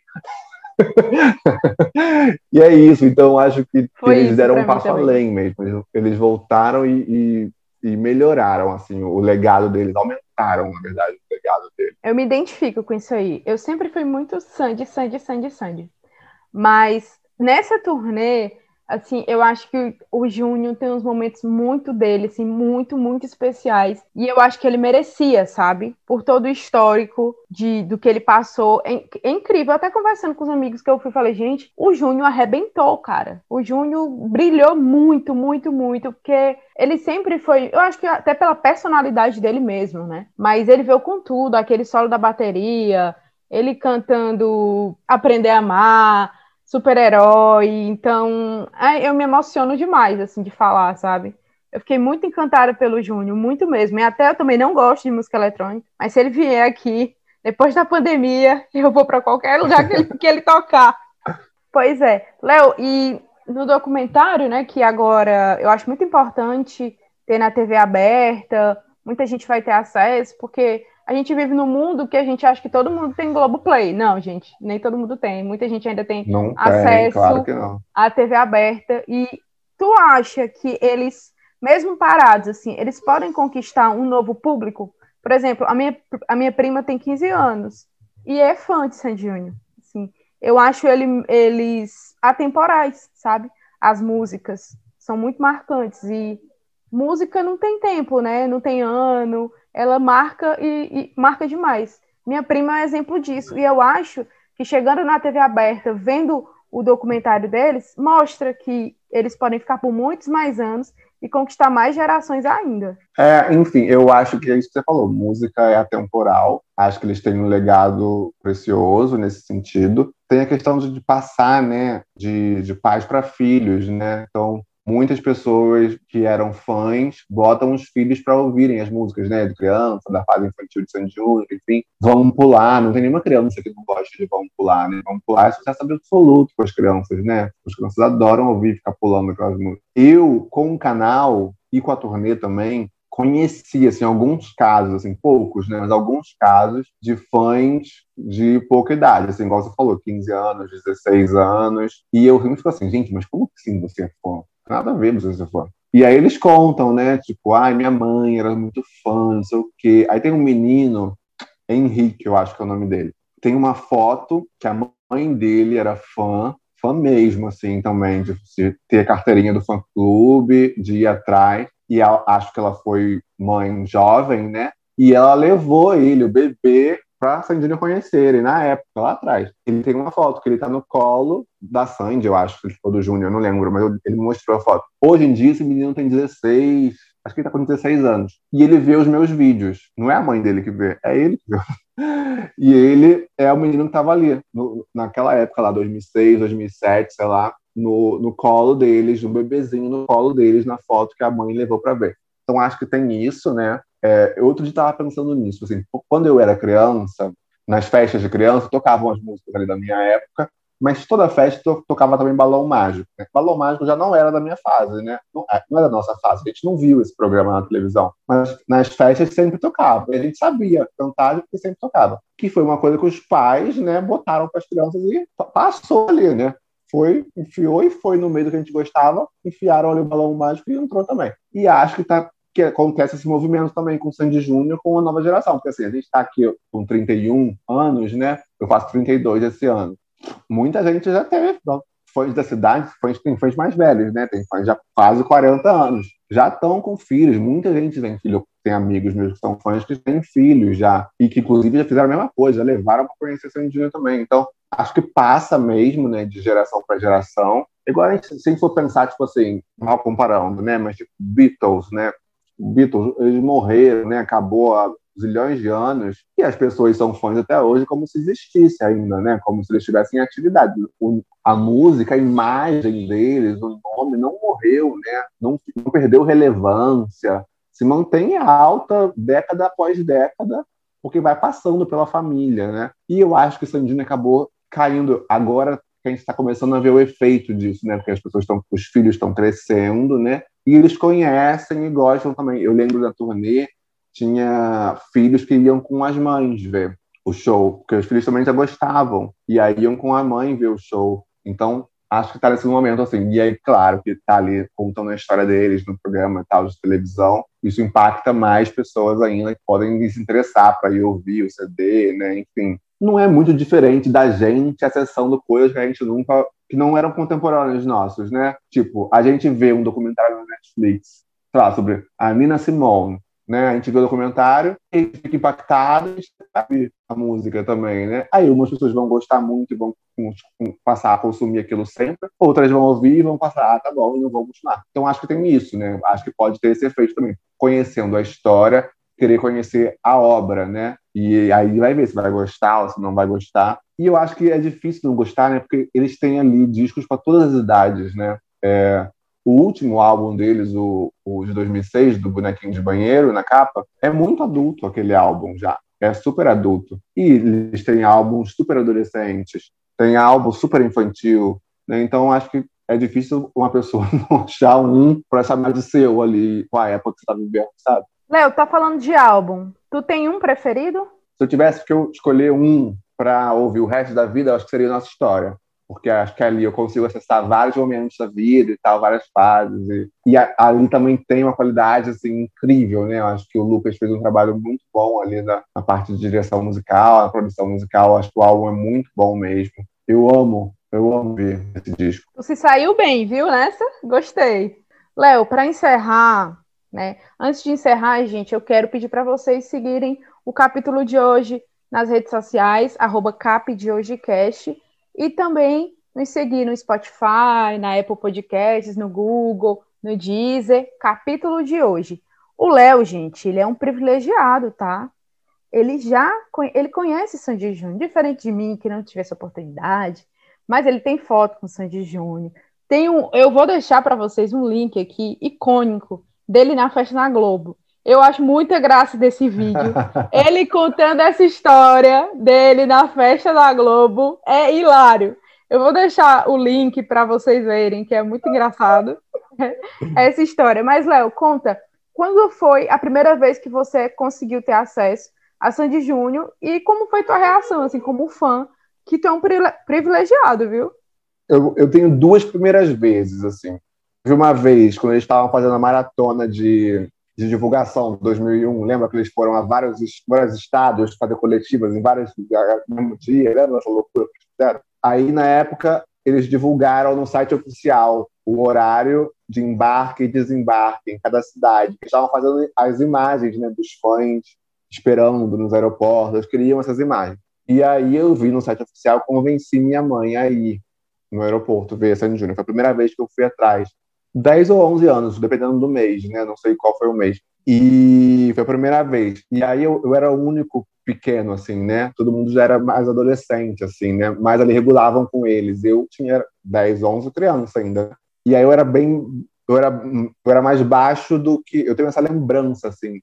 E é isso, então acho que eles deram um passo além mesmo. Eles voltaram e melhoraram assim, o legado deles, aumentaram, na verdade, o legado deles. Eu me identifico com isso aí. Eu sempre fui muito Sandy, Sandy, Sandy, Sandy. Mas nessa turnê, assim, eu acho que o Júnior tem uns momentos muito dele, assim, muito, muito especiais. E eu acho que ele merecia, sabe? Por todo o histórico do que ele passou. É incrível. Até conversando com os amigos que eu fui, falei, gente, o Júnior arrebentou, cara. O Júnior brilhou muito, muito, muito, porque ele sempre foi, eu acho que até pela personalidade dele mesmo, né? Mas ele veio com tudo, aquele solo da bateria, ele cantando Aprender a Amar, super-herói, então eu me emociono demais, assim, de falar, sabe? Eu fiquei muito encantada pelo Júnior, muito mesmo, e até eu também não gosto de música eletrônica, mas se ele vier aqui, depois da pandemia, eu vou para qualquer lugar que ele tocar. Pois é. Léo, e no documentário, né, que agora eu acho muito importante ter na TV aberta, muita gente vai ter acesso, porque a gente vive num mundo que a gente acha que todo mundo tem Globoplay. Não, gente, nem todo mundo tem. Muita gente ainda tem Não tem, claro acesso que não. à TV aberta. E tu acha que eles, mesmo parados, assim, eles podem conquistar um novo público? Por exemplo, a minha prima tem 15 anos e é fã de Sandy Júnior. Assim, eu acho eles atemporais, sabe? As músicas são muito marcantes e música não tem tempo, né? Não tem ano. ela marca e marca demais. Minha prima é um exemplo disso. E eu acho que chegando na TV aberta, vendo o documentário deles, mostra que eles podem ficar por muitos mais anos e conquistar mais gerações ainda. Enfim, eu acho que é isso que você falou. Música é atemporal. Acho que eles têm um legado precioso nesse sentido. Tem a questão de passar, né, de pais para filhos, né? Então, muitas pessoas que eram fãs botam os filhos para ouvirem as músicas, né, de criança, da fase infantil de Sandy Júnior, enfim. Vamos pular. Não tem nenhuma criança que não goste de Vamos Pular, né? Vamos Pular é sucesso absoluto com as crianças, né? As crianças adoram ouvir, ficar pulando aquelas músicas. Eu, com o canal e com a turnê também, conheci, assim, alguns casos, assim, poucos, né, mas alguns casos de fãs de pouca idade, assim, igual você falou, 15 anos, 16 anos, e eu sempre fico assim, gente, mas como assim você é fã? Nada a ver você ser fã. E aí eles contam, né, tipo, ai, minha mãe era muito fã, não sei o quê. Aí tem um menino, Henrique, eu acho que é o nome dele, tem uma foto que a mãe dele era fã mesmo, assim, também, de ter a carteirinha do fã-clube, de ir atrás, e acho que ela foi mãe jovem, né? E ela levou ele, o bebê, para a Sandinha conhecerem, na época, lá atrás. Ele tem uma foto que ele tá no colo da Sandy, eu acho, ou do Júnior, eu não lembro, mas ele mostrou a foto. Hoje em dia, esse menino tem 16, acho que ele tá com 16 anos. E ele vê os meus vídeos. Não é a mãe dele que vê, é ele que vê. E ele é o menino que estava ali, naquela época lá, 2006, 2007, sei lá, no colo deles, no bebezinho no colo deles, na foto que a mãe levou para ver. Então acho que tem isso, né? Outro dia estava pensando nisso, assim, quando eu era criança, nas festas de criança, tocavam as músicas ali da minha época, mas toda festa tocava também Balão Mágico, né? Balão Mágico já não era da minha fase, né? Não era da nossa fase, a gente não viu esse programa na televisão, mas nas festas sempre tocava, e a gente sabia cantar porque sempre tocava, que foi uma coisa que os pais, né, botaram para as crianças e passou ali, né? Enfiou e foi no meio do que a gente gostava, enfiaram ali o Balão Mágico e entrou também. E acho que acontece esse movimento também com o Sandy Júnior, com a nova geração, porque assim, a gente está aqui com 31 anos, né? Eu faço 32 esse ano. Muita gente já teve fãs da cidade, tem fãs mais velhos, né? Tem fãs já quase 40 anos. Já estão com filhos, muita gente tem filho, tem amigos meus que são fãs que têm filhos já, e que inclusive já fizeram a mesma coisa, já levaram para conhecer Sandy Júnior também. Então, acho que passa mesmo, né, de geração para geração. Igual a gente, se a gente for pensar, tipo assim, mal comparando, né? Mas tipo, Beatles, né? Beatles, eles morreram, né? Acabou há zilhões de anos, e as pessoas são fãs até hoje como se existisse ainda, né? Como se eles estivessem em atividade. A música, a imagem deles, o nome não morreu, né? Não perdeu relevância, se mantém alta década após década, porque vai passando pela família, né? E eu acho que Sandine acabou caindo agora que a gente está começando a ver o efeito disso, né? Porque os filhos estão crescendo, né? E eles conhecem e gostam também. Eu lembro da turnê, tinha filhos que iam com as mães ver o show, porque os filhos também já gostavam, e aí iam com a mãe ver o show. Então, acho que está nesse momento, assim. E aí, claro, que está ali contando a história deles no programa e tal, de televisão, isso impacta mais pessoas ainda que podem se interessar para ir ouvir o CD, né? Enfim, não é muito diferente da gente acessando coisas que a gente nunca, que não eram contemporâneos nossos, né? Tipo, a gente vê um documentário na Netflix, sei lá, sobre a Nina Simone, né? A gente vê o documentário e fica impactado, a gente sabe a música também, né? Aí umas pessoas vão gostar muito e vão passar a consumir aquilo sempre, outras vão ouvir e vão passar, tá bom, e não vão continuar. Então acho que tem isso, né? Acho que pode ter esse efeito também. Conhecendo a história, querer conhecer a obra, né? E aí vai ver se vai gostar ou se não vai gostar. E eu acho que é difícil não gostar, né? Porque eles têm ali discos para todas as idades, né? O último álbum deles, o de 2006, do Bonequinho de Banheiro, na capa, é muito adulto aquele álbum já. É super adulto. E eles têm álbuns super adolescentes, tem álbum super infantil, né? Então acho que é difícil uma pessoa não achar um para chamar de seu ali, com a época que você está vivendo, sabe? Léo, tá falando de álbum. Tu tem um preferido? Se eu tivesse que eu escolher um para ouvir o resto da vida, eu acho que seria Nossa História. Porque acho que ali eu consigo acessar vários momentos da vida e tal, várias fases. Ali também tem uma qualidade assim, incrível, né? Eu acho que o Lucas fez um trabalho muito bom ali na parte de direção musical, na produção musical. Acho que o álbum é muito bom mesmo. Eu amo ver esse disco. Tu se saiu bem, viu, nessa? Gostei. Léo, para encerrar, né? Antes de encerrar, gente, eu quero pedir para vocês seguirem o capítulo de hoje nas redes sociais, @capdehojecast, e também nos seguir no Spotify, na Apple Podcasts, no Google, no Deezer, capítulo de hoje. O Léo, gente, ele é um privilegiado, tá? Ele conhece Sandy Júnior, diferente de mim, que não tive essa oportunidade, mas ele tem foto com Sandy Júnior. Eu vou deixar para vocês um link aqui, icônico, dele na festa na Globo. Eu acho muita graça desse vídeo. Ele contando essa história dele na festa da Globo é hilário. Eu vou deixar o link para vocês verem, que é muito engraçado essa história. Mas, Léo, conta, quando foi a primeira vez que você conseguiu ter acesso a Sandy Júnior e como foi tua reação, assim, como fã, que tu é um privilegiado, viu? Eu tenho duas primeiras vezes, assim. Vi uma vez, quando eles estavam fazendo a maratona de divulgação, 2001, lembra que eles foram a vários estados fazer coletivas em vários lugares no mesmo dia, lembra essa loucura que eles fizeram? Aí, na época, eles divulgaram no site oficial o horário de embarque e desembarque em cada cidade. Eles estavam fazendo as imagens, né, dos fãs esperando nos aeroportos, eles queriam essas imagens. E aí eu vi no site oficial, convenci minha mãe a ir no aeroporto ver a Sandy Júnior. Foi a primeira vez que eu fui atrás. 10 ou 11 anos, dependendo do mês, né? Não sei qual foi o mês. E foi a primeira vez. E aí eu era o único pequeno, assim, né? Todo mundo já era mais adolescente, assim, né? Mas ali regulavam com eles. Eu tinha 10, 11 criança ainda. E aí eu era mais baixo do que... Eu tenho essa lembrança, assim,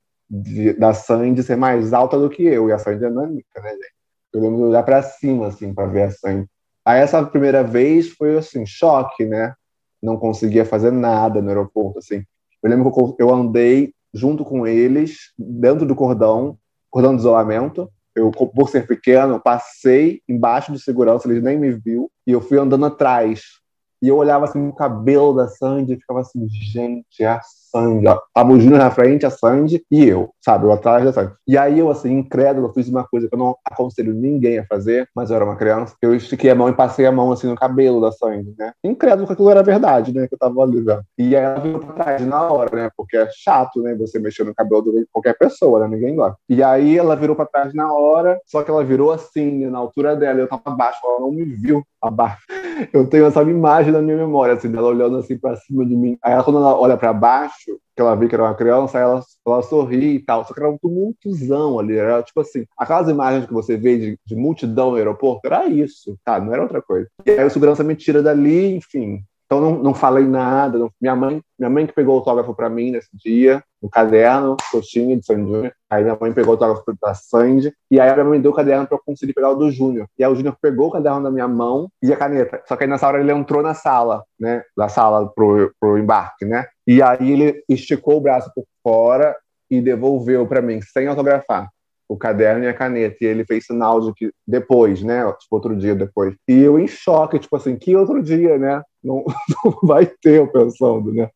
da Sandy ser mais alta do que eu. E a Sandy é nanica, né, gente? Eu lembro de olhar pra cima, assim, pra ver a Sandy. Aí essa primeira vez foi, assim, choque, né? Não conseguia fazer nada no aeroporto, assim. Eu lembro que eu andei junto com eles, dentro do cordão de isolamento. Eu, por ser pequeno, passei embaixo de segurança, eles nem me viu, e eu fui andando atrás. E eu olhava assim o cabelo da Sandy e ficava assim, gente, é a Sandy. Ó. Tava o Júnior na frente, a Sandy e eu, sabe? Eu atrás da Sandy. E aí eu, assim, incrédulo, fiz uma coisa que eu não aconselho ninguém a fazer, mas eu era uma criança. Eu estiquei a mão e passei a mão, assim, no cabelo da Sandy, né? Incrédulo que aquilo era verdade, né? Que eu tava ali já. E aí ela virou pra trás na hora, né? Porque é chato, né? Você mexer no cabelo de qualquer pessoa, né? Ninguém gosta. E aí ela virou pra trás na hora, só que ela virou assim, na altura dela. Eu tava abaixo, ela não me viu abaixo. Eu tenho essa imagem na minha memória, assim, dela olhando assim pra cima de mim. Aí quando ela olha pra baixo, que ela vê que era uma criança, ela sorri e tal. Só que era um tumultuzão ali. Era tipo assim, aquelas imagens que você vê de multidão no aeroporto, era isso, tá? Não era outra coisa. E aí o segurança me tira dali, enfim. Então não falei nada. Minha mãe que pegou o autógrafo para mim nesse dia, no caderno que eu tinha de Sandy Júnior. Aí minha mãe pegou o autógrafo da Sandy, e aí a minha mãe me deu o caderno para eu conseguir pegar o do Júnior. E aí o Júnior pegou o caderno da minha mão e a caneta. Só que aí nessa hora ele entrou na sala, né? Da sala pro embarque, né? E aí ele esticou o braço por fora e devolveu para mim, sem autografar, o caderno e a caneta. E ele fez sinal de que depois, né? Tipo, outro dia depois. E eu em choque, tipo assim, que outro dia, né? Não, não vai ter, eu pensando, né?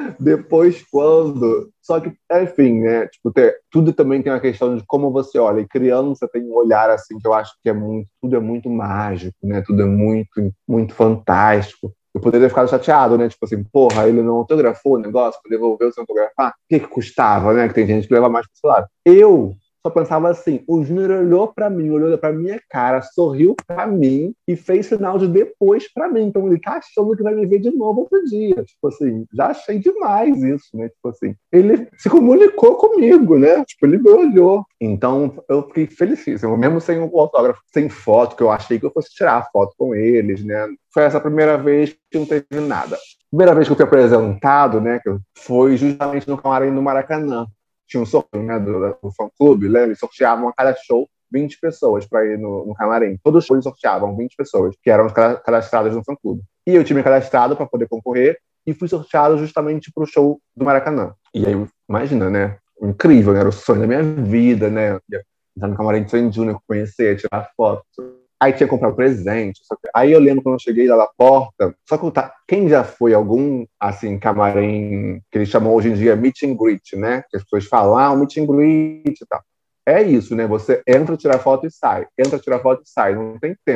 Depois quando? Só que, enfim, né? Tipo, tudo também tem uma questão de como você olha. E criança tem um olhar, assim, que eu acho que tudo é muito mágico, né? Tudo é muito, muito fantástico. Eu poderia ter ficado chateado, né? Tipo assim, porra, ele não autografou o negócio para devolver o seu autografar? O que custava, né? Que tem gente que leva mais para esse lado. Eu só pensava assim, o Júnior olhou para mim, olhou para minha cara, sorriu para mim e fez sinal de depois para mim. Então ele tá achando que vai me ver de novo outro dia. Tipo assim, já achei demais isso, né? Tipo assim, ele se comunicou comigo, né? Tipo, ele me olhou. Então eu fiquei felicíssimo, mesmo sem o autógrafo, sem foto, que eu achei que eu fosse tirar foto com eles, né? Foi essa primeira vez que não teve nada. Primeira vez que eu fui apresentado, né? Que foi justamente no camarim do Maracanã. Tinha um sorteio, né, do fã-clube, né? Eles sorteavam a cada show 20 pessoas para ir no camarim. Todos os shows sorteavam 20 pessoas, que eram cadastradas no fã-clube. E eu tinha me cadastrado para poder concorrer e fui sorteado justamente para o show do Maracanã. E aí, imagina, né? Incrível, né? Era o sonho da minha vida, né? Entrar no camarim de Sandy Júnior, conhecer, tirar foto. Aí tinha que comprar um presente. Aí eu lembro quando eu cheguei lá na porta, só que quem já foi algum, assim, camarim, que eles chamam hoje em dia meet and greet, né? Que as pessoas falam, meet and greet e tal. É isso, né? Você entra, tira foto e sai. Entra, tira foto e sai. Não tem tempo.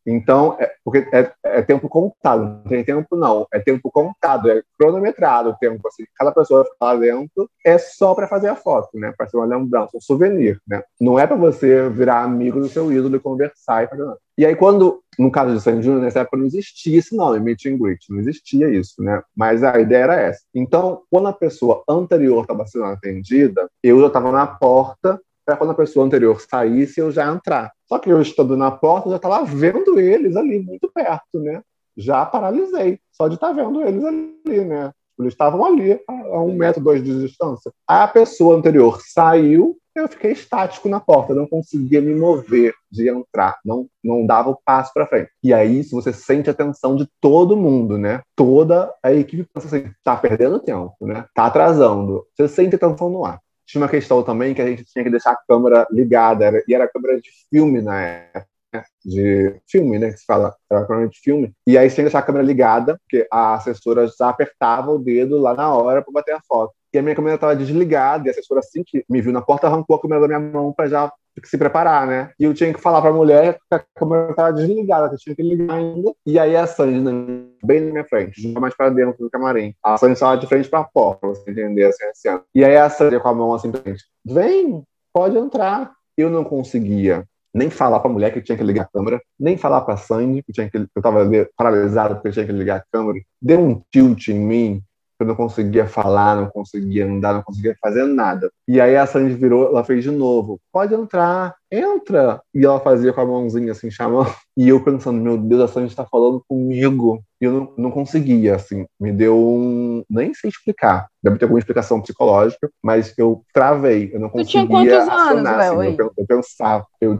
Então, porque é tempo contado, não tem tempo não, é tempo contado, é cronometrado o tempo, assim, cada pessoa que fica lá dentro é só para fazer a foto, né, para ser uma lembrança, um souvenir, né, não é para você virar amigo do seu ídolo e conversar e fazer nada. E aí quando, no caso de Sandy Júnior, nessa época não existia esse nome, meet and greet, não existia isso, né, mas a ideia era essa. Então, quando a pessoa anterior estava sendo atendida, eu já estava na porta para quando a pessoa anterior saísse, eu já entrar. Só que eu estando na porta, eu já estava vendo eles ali, muito perto, né? Já paralisei, só de estar vendo eles ali, né? Eles estavam ali, a 1 metro, 2 de distância. A pessoa anterior saiu, eu fiquei estático na porta, não conseguia me mover de entrar, não dava o passo para frente. E aí, se você sente a tensão de todo mundo, né? Toda a equipe pensa assim, tá perdendo tempo, né? Tá atrasando. Você sente a tensão no ar. Tinha uma questão também que a gente tinha que deixar a câmera ligada, e era câmera de filme na época, né? De filme, né, que se fala, era câmera de filme, e aí você tinha que deixar a câmera ligada, porque a assessora já apertava o dedo lá na hora para bater a foto. E a minha câmera estava desligada, e a assessora, assim que me viu na porta, arrancou a câmera da minha mão para já se preparar, né? E eu tinha que falar para a mulher que a câmera estava desligada, que eu tinha que ligar ainda. E aí a Sandy, bem na minha frente, mais para dentro do camarim. A Sandy estava de frente para a porta, pra você entender assim, assim. E aí a Sandy com a mão assim, vem, pode entrar. Eu não conseguia nem falar para a mulher que eu tinha que ligar a câmera, nem falar para a Sandy que eu estava paralisado porque eu tinha que ligar a câmera. Deu um tilt em mim. Eu não conseguia falar, não conseguia andar, não conseguia fazer nada. E aí a Sandy virou, ela fez de novo, pode entrar, entra. E ela fazia com a mãozinha assim, chamando. E eu pensando, meu Deus, a Sandy está falando comigo. E eu não conseguia, assim, me deu nem sei explicar. Deve ter alguma explicação psicológica, mas eu travei, eu não Tu tinha conseguia quantos anos, acionar, assim, Léo, aí? eu pensava. Eu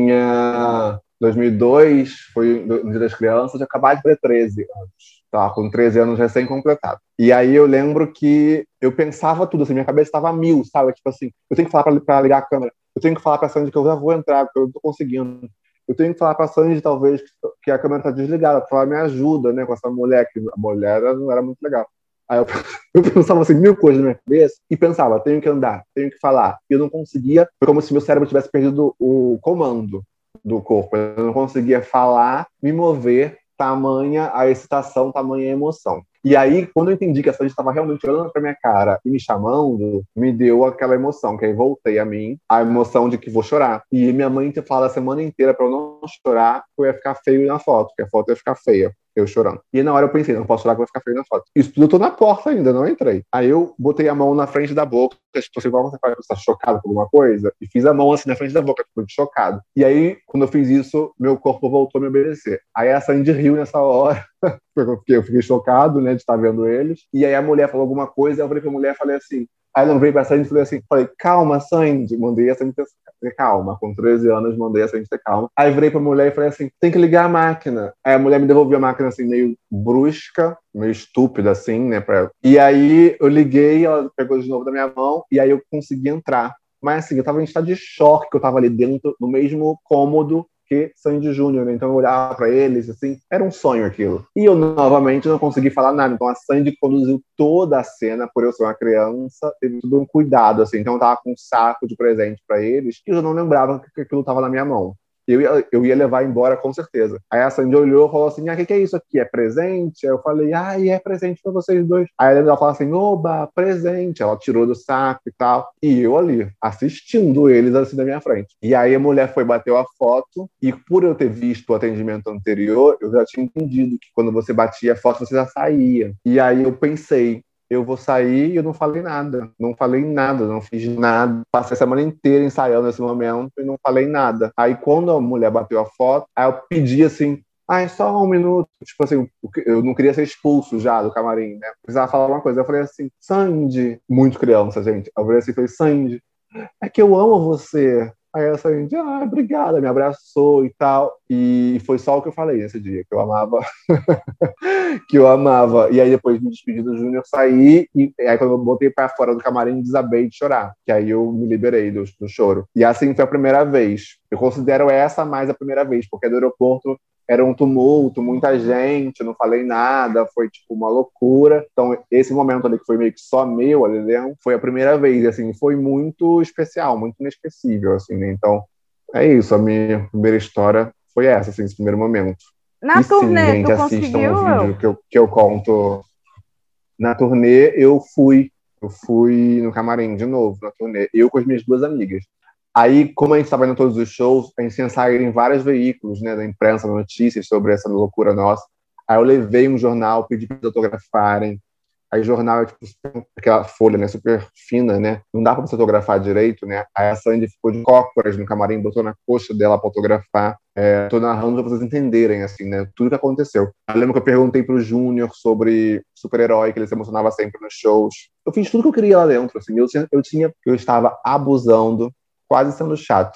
tinha 2002, foi no Dia das Crianças, eu acabava de fazer 13 anos. Tava com 13 anos recém-completado. E aí eu lembro que eu pensava tudo, assim, minha cabeça estava a mil, sabe? Tipo assim, eu tenho que falar para ligar a câmera, eu tenho que falar para a Sandy que eu já vou entrar, porque eu não tô conseguindo. Eu tenho que falar para a Sandy, talvez, que a câmera está desligada, para ela me ajuda, né, com essa mulher, que a mulher não era muito legal. Aí eu, eu pensava assim, mil coisas na minha cabeça, e pensava, tenho que andar, tenho que falar. E eu não conseguia, foi como se meu cérebro tivesse perdido o comando do corpo. Eu não conseguia falar, me mover, tamanha a excitação, tamanha a emoção. E aí, quando eu entendi que a Sandy estava realmente olhando para minha cara e me chamando, me deu aquela emoção, que aí voltei a mim, a emoção de que vou chorar. E minha mãe tinha falado a semana inteira para eu não chorar, que eu ia ficar feio na foto, que a foto ia ficar feia, eu chorando. E na hora eu pensei, não posso chorar que vai ficar feio na foto. Isso tudo eu tô na porta ainda, não entrei. Aí eu botei a mão na frente da boca, tipo assim, igual você faz quando você tá chocado com alguma coisa, e fiz a mão assim na frente da boca, tipo, de chocado. E aí, quando eu fiz isso, meu corpo voltou a me obedecer. Aí a Sandy riu nessa hora, porque eu fiquei chocado, né, de estar vendo eles. E aí a mulher falou alguma coisa, eu falei pra mulher, falei assim, aí eu veio pra Sandy e falei, calma, Sandy, mandei a Sandy ter calma, com 13 anos, mandei a Sandy ter calma. Aí virei pra mulher e falei assim, tem que ligar a máquina. Aí a mulher me devolveu a máquina assim, meio brusca, meio estúpida assim, né, E aí eu liguei, ela pegou de novo da minha mão, e aí eu consegui entrar. Mas assim, eu tava em estado de choque, que eu tava ali dentro, no mesmo cômodo que Sandy Júnior, né? Então eu olhava para eles, assim, era um sonho aquilo. E eu, novamente, não consegui falar nada. Então a Sandy conduziu toda a cena, por eu ser uma criança, teve tudo um cuidado, assim. Então eu tava com um saco de presente para eles, e eu não lembrava que aquilo tava na minha mão. Eu ia levar embora com certeza. Aí a Sandy olhou e falou assim, o que é isso aqui? É presente? Aí eu falei, é presente para vocês dois. Aí ela falou assim, oba, presente. Ela tirou do saco e tal. E eu ali, assistindo eles assim na minha frente. E aí a mulher foi, bateu a foto, e por eu ter visto o atendimento anterior, eu já tinha entendido que quando você batia a foto, você já saía. E aí eu pensei, eu vou sair e eu não falei nada. Não falei nada, não fiz nada. Passei a semana inteira ensaiando esse momento e não falei nada. Aí quando a mulher bateu a foto, aí eu pedi assim, só um minuto. Tipo assim, eu não queria ser expulso já do camarim, né? Precisava falar uma coisa. Eu falei assim, Sandy, muito criança, gente. Eu falei assim, Sandy, é que eu amo você. Aí essa gente, obrigada, me abraçou e tal. E foi só o que eu falei nesse dia, que eu amava. Que eu amava. E aí depois me despedi do Júnior, saí, e aí quando eu botei pra fora do camarim, desabei de chorar. Que aí eu me liberei do choro. E assim foi a primeira vez. Eu considero essa mais a primeira vez, porque do aeroporto era um tumulto, muita gente, não falei nada, foi tipo uma loucura. Então esse momento ali que foi meio que só meu ali dentro, foi a primeira vez, assim, foi muito especial, muito inesquecível, assim, né? Então é isso, a minha primeira história foi essa, assim, esse primeiro momento. Na E sim, turnê, gente, tu assistam conseguiu, o Léo? vídeo que eu conto. Na turnê, eu fui no camarim de novo, na turnê, eu com as minhas duas amigas. Aí, como a gente estava indo em todos os shows, a gente tinha saído em vários veículos, né, da imprensa, notícias sobre essa loucura nossa. Aí eu levei um jornal, pedi para eles autografarem. Aí jornal é tipo aquela folha, né, super fina, né? Não dá para você fotografar direito, né? Aí a Sandy ficou de cócoras no camarim, botou na coxa dela para fotografar. Tô narrando para vocês entenderem, assim, né? Tudo que aconteceu. Eu lembro que eu perguntei pro Júnior sobre super-herói, que ele se emocionava sempre nos shows. Eu fiz tudo que eu queria lá dentro, assim. Eu estava abusando, quase sendo chato.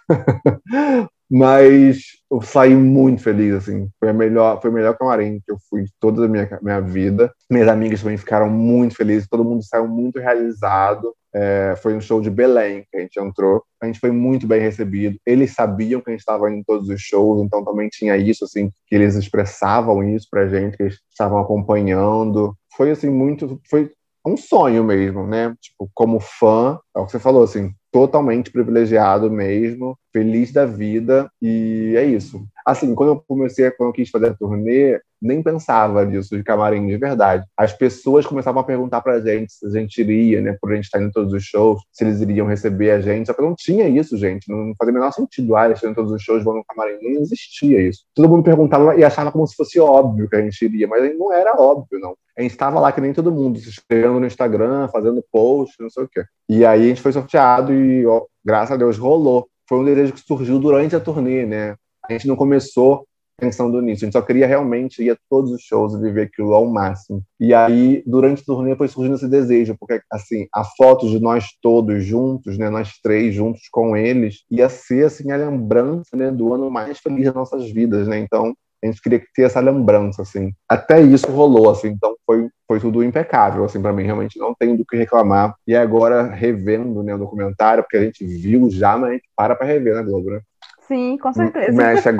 Mas eu saí muito feliz, assim. Foi o melhor camarim que eu fui de toda a minha vida. Minhas amigas também ficaram muito felizes, todo mundo saiu muito realizado. Foi um show de Belém que a gente entrou. A gente foi muito bem recebido. Eles sabiam que a gente estava indo em todos os shows, então também tinha isso, assim, que eles expressavam isso pra gente, que eles estavam acompanhando. Foi, assim, foi um sonho mesmo, né? Tipo, como fã, é o que você falou, assim, totalmente privilegiado mesmo, feliz da vida, e é isso. Assim, quando eu quis fazer a turnê, nem pensava nisso de camarim de verdade. As pessoas começavam a perguntar pra gente se a gente iria, né, por a gente estar indo em todos os shows, se eles iriam receber a gente, só que não tinha isso, gente, não fazia o menor sentido, eles estão em todos os shows, vão no camarim, nem existia isso. Todo mundo perguntava e achava como se fosse óbvio que a gente iria, mas não era óbvio, não. A gente estava lá que nem todo mundo, se inscrevendo no Instagram, fazendo post, não sei o quê. E aí a gente foi sorteado e, ó, graças a Deus, rolou. Foi um desejo que surgiu durante a turnê, né? A gente não começou pensando nisso, a gente só queria realmente ir a todos os shows e viver aquilo ao máximo. E aí, durante a turnê, foi surgindo esse desejo, porque, assim, a foto de nós todos juntos, né, nós três juntos com eles, ia ser, assim, a lembrança, né, do ano mais feliz das nossas vidas, né? Então, a gente queria ter essa lembrança, assim. Até isso rolou, assim, então foi tudo impecável, assim, para mim, realmente não tenho do que reclamar. E agora, revendo, né, o documentário, porque a gente viu já, mas a gente para rever na Globo, né? Sim, com certeza.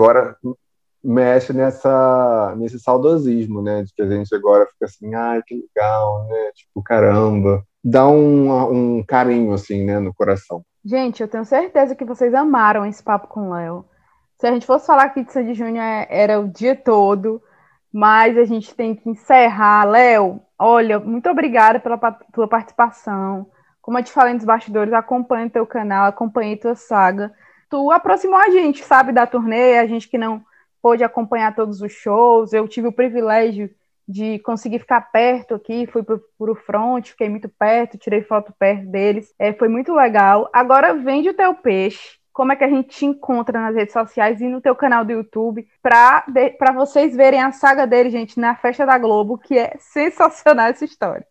Mexe nesse saudosismo, né? De que a gente agora fica assim, ai, que legal, né? Tipo, caramba. Dá um carinho, assim, né, no coração. Gente, eu tenho certeza que vocês amaram esse papo com o Léo. Se a gente fosse falar aqui de Sandy Júnior, era o dia todo, mas a gente tem que encerrar. Léo, olha, muito obrigada pela tua participação. Como eu te falei nos bastidores, acompanhe teu canal, acompanhe tua saga. Tu aproximou a gente, sabe, da turnê, a gente que não pôde acompanhar todos os shows. Eu tive o privilégio de conseguir ficar perto aqui, fui pro front, fiquei muito perto, tirei foto perto deles. Foi muito legal. Agora vende o teu peixe. Como é que a gente te encontra nas redes sociais e no teu canal do YouTube para vocês verem a saga dele, gente, na Festa da Globo, que é sensacional essa história.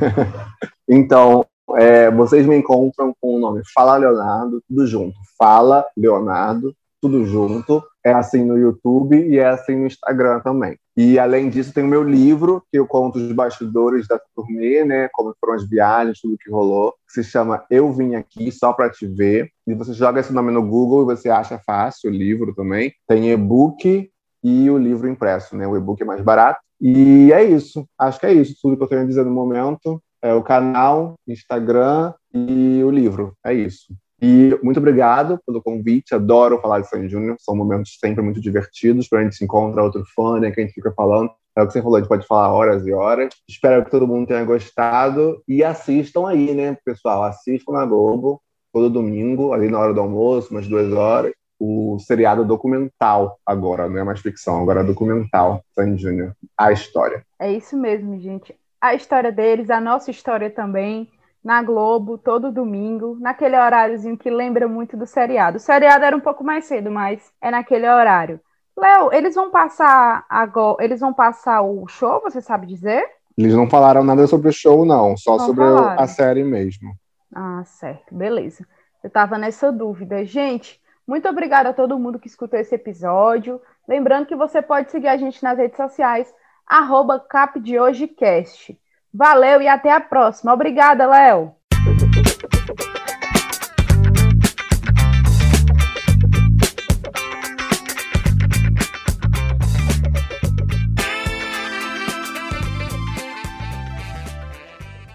Então, vocês me encontram com o nome Fala Leonardo, tudo junto. Fala Leonardo, tudo junto. É assim no YouTube e é assim no Instagram também. E, além disso, tem o meu livro, que eu conto os bastidores da turnê, né? Como foram as viagens, tudo que rolou. Que se chama Eu Vim Aqui Só Pra Te Ver. E você joga esse nome no Google e você acha fácil o livro também. Tem e-book e o livro impresso, né? O e-book é mais barato. E é isso. Acho que é isso. Tudo que eu tenho a dizer no momento. É o canal, Instagram e o livro. É isso. E muito obrigado pelo convite. Adoro falar de Sandy Júnior. São momentos sempre muito divertidos para a gente se encontrar outro fã, né, que a gente fica falando. É o que você falou, a gente pode falar horas e horas. Espero que todo mundo tenha gostado. E assistam aí, né, pessoal? Assistam na Globo, todo domingo, ali na hora do almoço, umas 2 horas. O seriado documental agora, não é mais ficção, agora é documental, Sandy Júnior. A história. É isso mesmo, gente. A história deles, a nossa história também, na Globo, todo domingo, naquele horáriozinho que lembra muito do seriado. O seriado era um pouco mais cedo, mas é naquele horário. Léo, eles vão passar agora, eles vão passar o show, você sabe dizer? Eles não falaram nada sobre o show, não, só Não sobre a falaram. série mesmo. Ah, certo, beleza. Eu estava nessa dúvida. Gente, muito obrigada a todo mundo que escutou esse episódio. Lembrando que você pode seguir a gente nas redes sociais, @capdehojecast. Valeu e até a próxima. Obrigada, Léo.